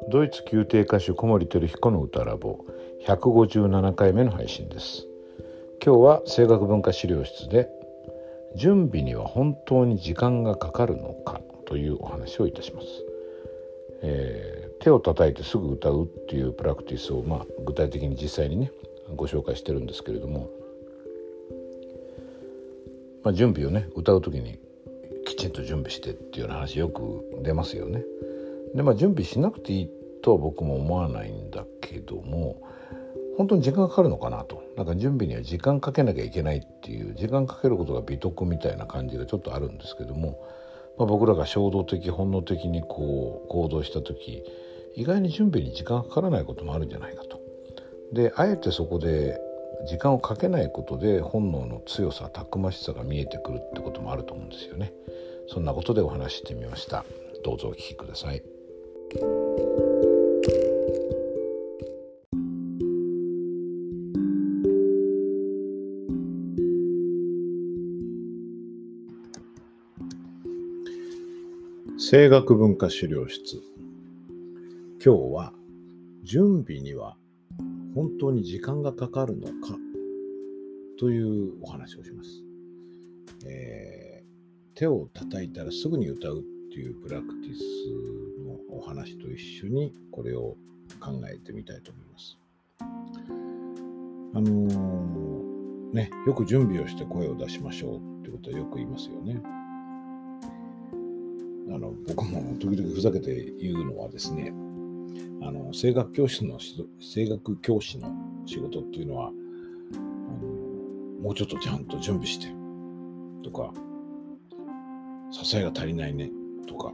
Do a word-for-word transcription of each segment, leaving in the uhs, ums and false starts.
ドイツ宮廷歌手小森照彦の歌ラボひゃくごじゅうななかいめの配信です。今日は声楽文化資料室で準備には本当に時間がかかるのかというお話をいたします。えー、手を叩いてすぐ歌うっていうプラクティスを、まあ、具体的に実際にねご紹介してるんですけれども、まあ、準備をね歌うときにきちんと準備してっていうような話よく出ますよね。で、まあ、準備しなくていいとは僕も思わないんだけども、本当に時間がかかるのかなと。なんか準備には時間かけなきゃいけないっていう、時間かけることが美徳みたいな感じがちょっとあるんですけども、まあ、僕らが衝動的本能的にこう行動した時、意外に準備に時間がかからないこともあるんじゃないかと。で、あえてそこで時間をかけないことで本能の強さ、たくましさが見えてくるってこともあると思うんですよね。そんなことでお話ししてみました。どうぞお聞きください。声楽文化資料室。今日は準備には本当に時間がかかるのかというお話をします。えー、手を叩いたらすぐに歌うっていうプラクティスのお話と一緒にこれを考えてみたいと思います。あのー、ね、よく準備をして声を出しましょうってことはよく言いますよね。あの僕も時々ふざけて言うのはですね、あの声楽教師の声楽教師の仕事っていうのは、あのもうちょっとちゃんと準備してとか、支えが足りないねとか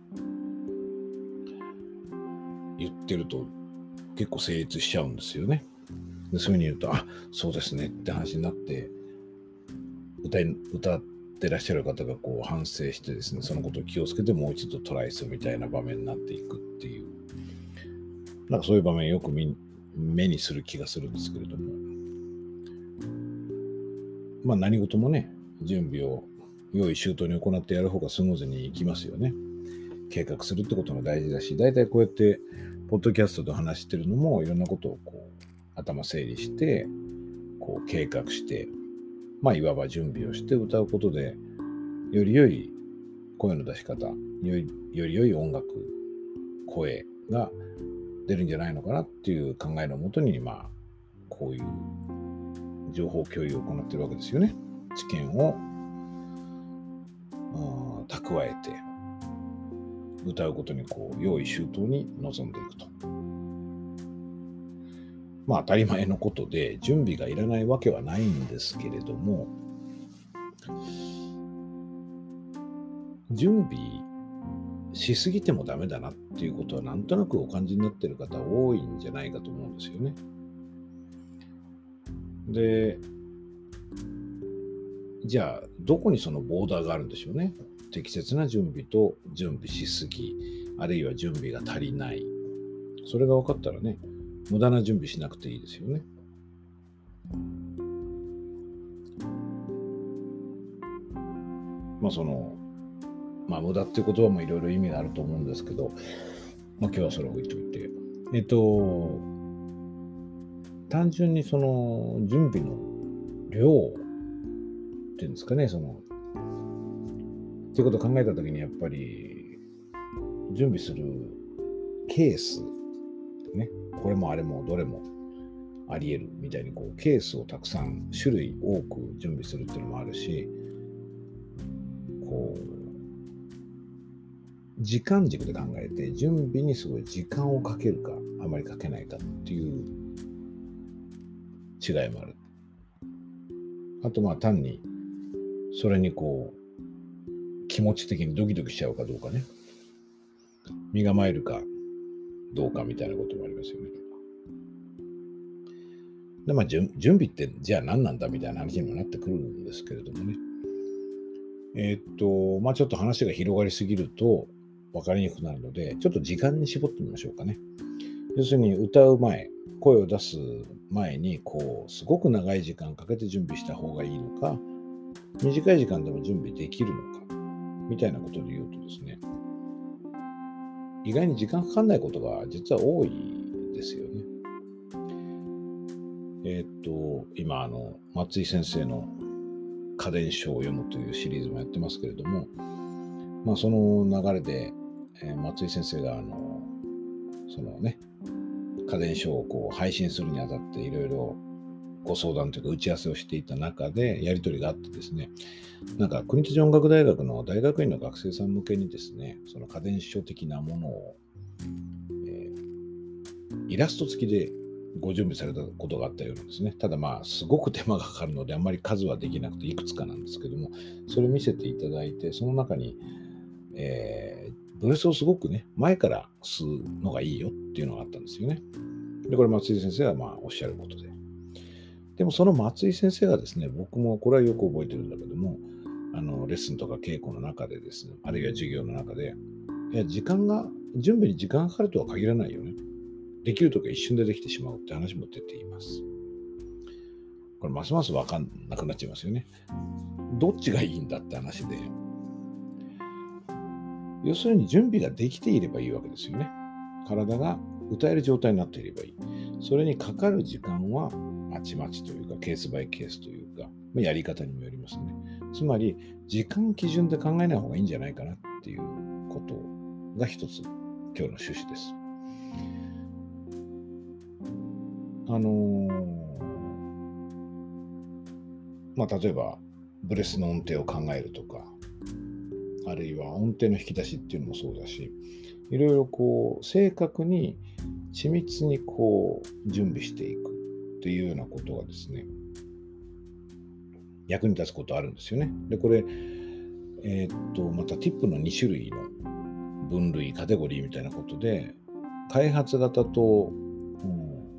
言ってると結構成立しちゃうんですよね。で、そういうふうに言うと、あ、そうですねって話になって、歌い歌ってらっしゃる方がこう反省してですね、そのことを気をつけてもう一度トライするみたいな場面になっていくっていう、なんかそういう場面よく見目にする気がするんですけれども、まあ何事もね、準備を用意周到に行ってやる方がスムーズにいきますよね。計画するってことも大事だし、だいたいこうやってポッドキャストで話してるのもいろんなことをこう頭整理してこう計画して、まあいわば準備をして歌うことで、より良い声の出し方、よりより良い音楽、声が出るんじゃないのかなっていう考えのもとに、まあこういう情報共有を行っているわけですよね。知見を蓄えて歌うことにこう用意周到に臨んでいくと。まあ当たり前のことで準備がいらないわけはないんですけれども、準備しすぎてもダメだなっていうことはなんとなくお感じになっている方多いんじゃないかと思うんですよね。で、じゃあどこにそのボーダーがあるんでしょうね。適切な準備と準備しすぎ、あるいは準備が足りない。それが分かったらね、無駄な準備しなくていいですよね。まあその、まあ無駄っていう言葉もいろいろ意味があると思うんですけど、まあ今日はそれを置いといて、えっと、単純にその準備の量っていうんですかね、その、っていうことを考えたときにやっぱり準備するケースね、これもあれもどれもあり得るみたいにこうケースをたくさん種類多く準備するっていうのもあるし、こう時間軸で考えて準備にすごい時間をかけるかあまりかけないかっていう違いもある。あとまあ単にそれにこう気持ち的にドキドキしちゃうかどうかね、身構えるかどうかみたいなこともありますよね。でまあ準備ってじゃあ何なんだみたいな話にもなってくるんですけれどもね。えー、っとまあちょっと話が広がりすぎると分かりにくくなるので、ちょっと時間に絞ってみましょうかね。要するに歌う前、声を出す前にこうすごく長い時間かけて準備した方がいいのか、短い時間でも準備できるのかみたいなことで言うとですね、 意外に時間かかんないことが実は多いですよね。えーっと今あの松井先生の家電書を読むというシリーズもやってますけれども、まあ、その流れで、えー松井先生があのそのね家電書をこう配信するにあたっていろいろご相談というか打ち合わせをしていた中でやり取りがあってですね、なんか国立音楽大学の大学院の学生さん向けにですね、その家電書的なものを、えーイラスト付きでご準備されたことがあったようなんですね。ただまあすごく手間がかかるのであんまり数はできなくていくつかなんですけども、それを見せていただいて、その中に、えーブレスをすごくね前から吸うのがいいよっていうのがあったんですよね。でこれ松井先生がまあおっしゃることで、でもその松井先生がですね、僕もこれはよく覚えてるんだけども、あのレッスンとか稽古の中でですね、あるいは授業の中で、いや時間が準備に時間がかかるとは限らないよね。できるときは一瞬でできてしまうって話も出ています。これますます分かんなくなっちゃいますよね。どっちがいいんだって話で、要するに準備ができていればいいわけですよね。体が歌える状態になっていればいい。それにかかる時間はまちまちというかケースバイケースというか、やり方にもよりますね。つまり時間基準で考えない方がいいんじゃないかなっていうことが一つ今日の趣旨です。あのー、まあ例えばブレスの音程を考えるとか、あるいは音程の引き出しっていうのもそうだし、いろいろこう正確に緻密にこう準備していくっていうようなことがですね、役に立つことあるんですよね。でこれ、えーっとまた ティップ のに種類の分類カテゴリーみたいなことで、開発型と、うん、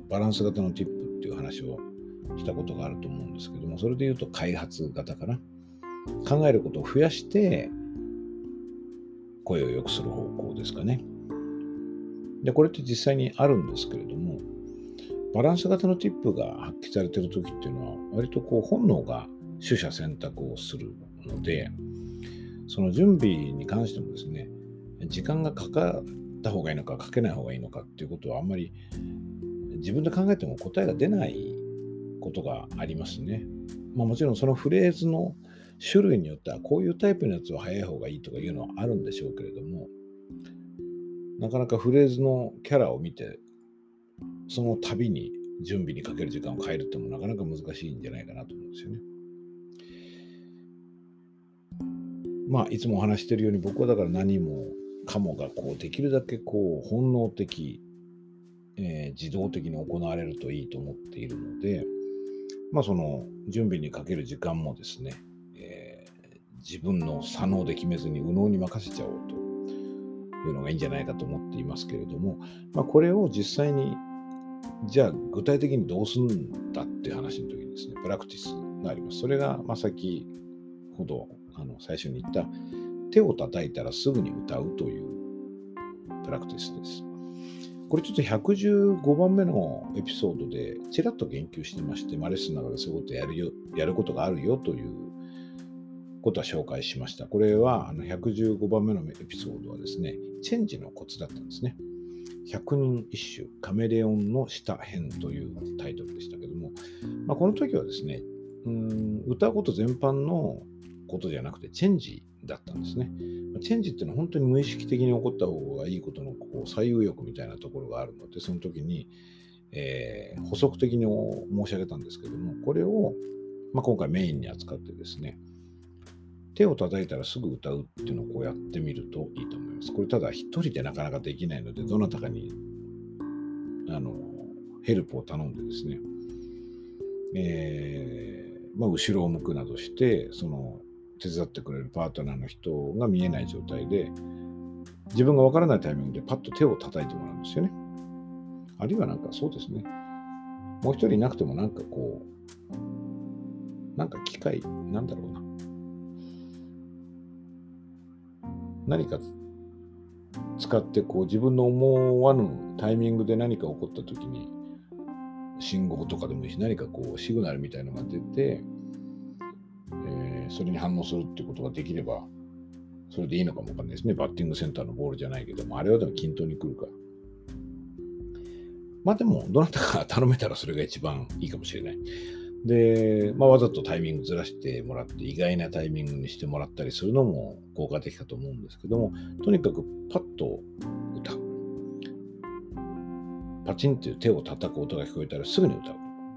バランス型の ティップ っていう話をしたことがあると思うんですけども、それで言うと開発型かな。考えることを増やして声を良くする方向ですかね。でこれって実際にあるんですけれども、バランス型の ティップ が発揮されている時っていうのは割とこう本能が取捨選択をするので、その準備に関してもですね、時間がかかった方がいいのかかけない方がいいのかっていうことはあんまり自分で考えても答えが出ないことがありますね。まあもちろんそのフレーズの種類によってはこういうタイプのやつは早い方がいいとかいうのはあるんでしょうけれども、なかなかフレーズのキャラを見てその度に準備にかける時間を変えるってもなかなか難しいんじゃないかなと思うんですよね。まあいつもお話しているように、僕はだから何もかもがこうできるだけこう本能的、えー自動的に行われるといいと思っているので、まあその準備にかける時間もですね、えー自分の左脳で決めずに右脳に任せちゃおうというのがいいんじゃないかと思っていますけれども、まあ、これを実際にじゃあ具体的にどうするんだっていう話の時にですね、プラクティスがあります。それが、まあ、先ほどあの最初に言った手を叩いたらすぐに歌うというプラクティスです。これちょっとひゃくじゅうごばんめのエピソードでちらっと言及してまして、まあ、レッスンの中でそういうことやるよ、やることがあるよということは紹介しました。これはあのひゃくじゅうごばんめのエピソードはですね、チェンジのコツだったんですね。百人一首カメレオンの下編というタイトルでしたけども、まあ、この時はですね、うーん歌うこと全般のことじゃなくてチェンジだったんですね。チェンジっていうのは本当に無意識的に起こった方がいいことのこう最有力みたいなところがあるので、その時に、えー補足的に申し上げたんですけども、これを、まあ、今回メインに扱ってですね、手を叩いたらすぐ歌うっていうのをこうやってみるといいと思います。これただ一人でなかなかできないので、どなたかにあのヘルプを頼んでですね、えーまあ、後ろを向くなどして、その手伝ってくれるパートナーの人が見えない状態で、自分がわからないタイミングでパッと手を叩いてもらうんですよね。あるいはなんかそうですね、もう一人いなくてもなんかこう、なんか機械、なんだろうな。何か使ってこう自分の思わぬタイミングで何か起こった時に信号とかでもいいし、何かこうシグナルみたいのが出て、えーそれに反応するってことができればそれでいいのかもわかんないですね。バッティングセンターのボールじゃないけども、あれはでも均等に来るから。まあでも、どなたか頼めたらそれが一番いいかもしれない。で、まあ、わざとタイミングずらしてもらって、意外なタイミングにしてもらったりするのも効果的かと思うんですけども、とにかくパッと歌う。パチンっていう手を叩く音が聞こえたらすぐに歌う。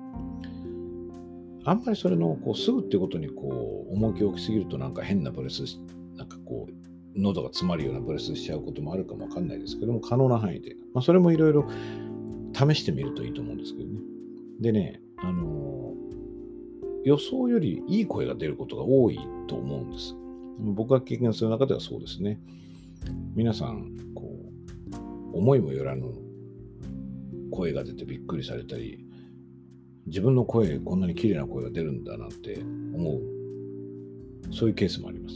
あんまりそれのこうすぐっていうことにこう重きを置きすぎるとなんか変なブレス、なんかこう喉が詰まるようなブレスしちゃうこともあるかもわかんないですけども、可能な範囲で、まあ、それもいろいろ試してみるといいと思うんですけどね。でね、あのー、予想よりいい声が出ることが多いと思うんです。僕が経験する中ではそうですね。皆さんこう思いもよらぬ声が出てびっくりされたり、自分の声、こんなに綺麗な声が出るんだなって思う、そういうケースもあります。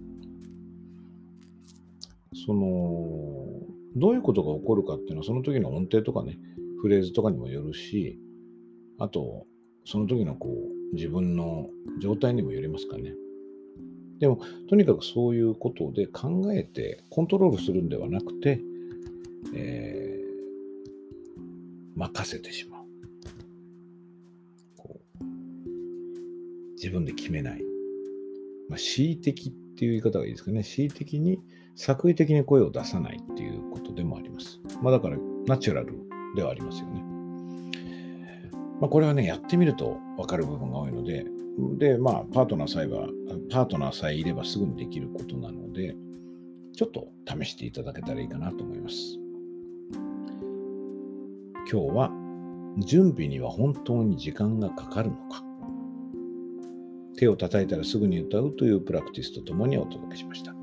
その、どういうことが起こるかっていうのは、その時の音程とかね、フレーズとかにもよるし、あと、その時のこう、自分の状態にもよりますかね。でも、とにかくそういうことで考えてコントロールするんではなくて、えー、任せてしまう。こう自分で決めない。まあ、恣意的っていう言い方がいいですかね。恣意的に、作為的に声を出さないっていうことでもあります。まあだからナチュラルではありますよね。まあこれはね、やってみると分かる部分が多いので、で、まあパートナーさえは、パートナーさえいればすぐにできることなので、ちょっと試していただけたらいいかなと思います。今日は準備には本当に時間がかかるのか。手を叩いたらすぐに歌うというプラクティスとともにお届けしました。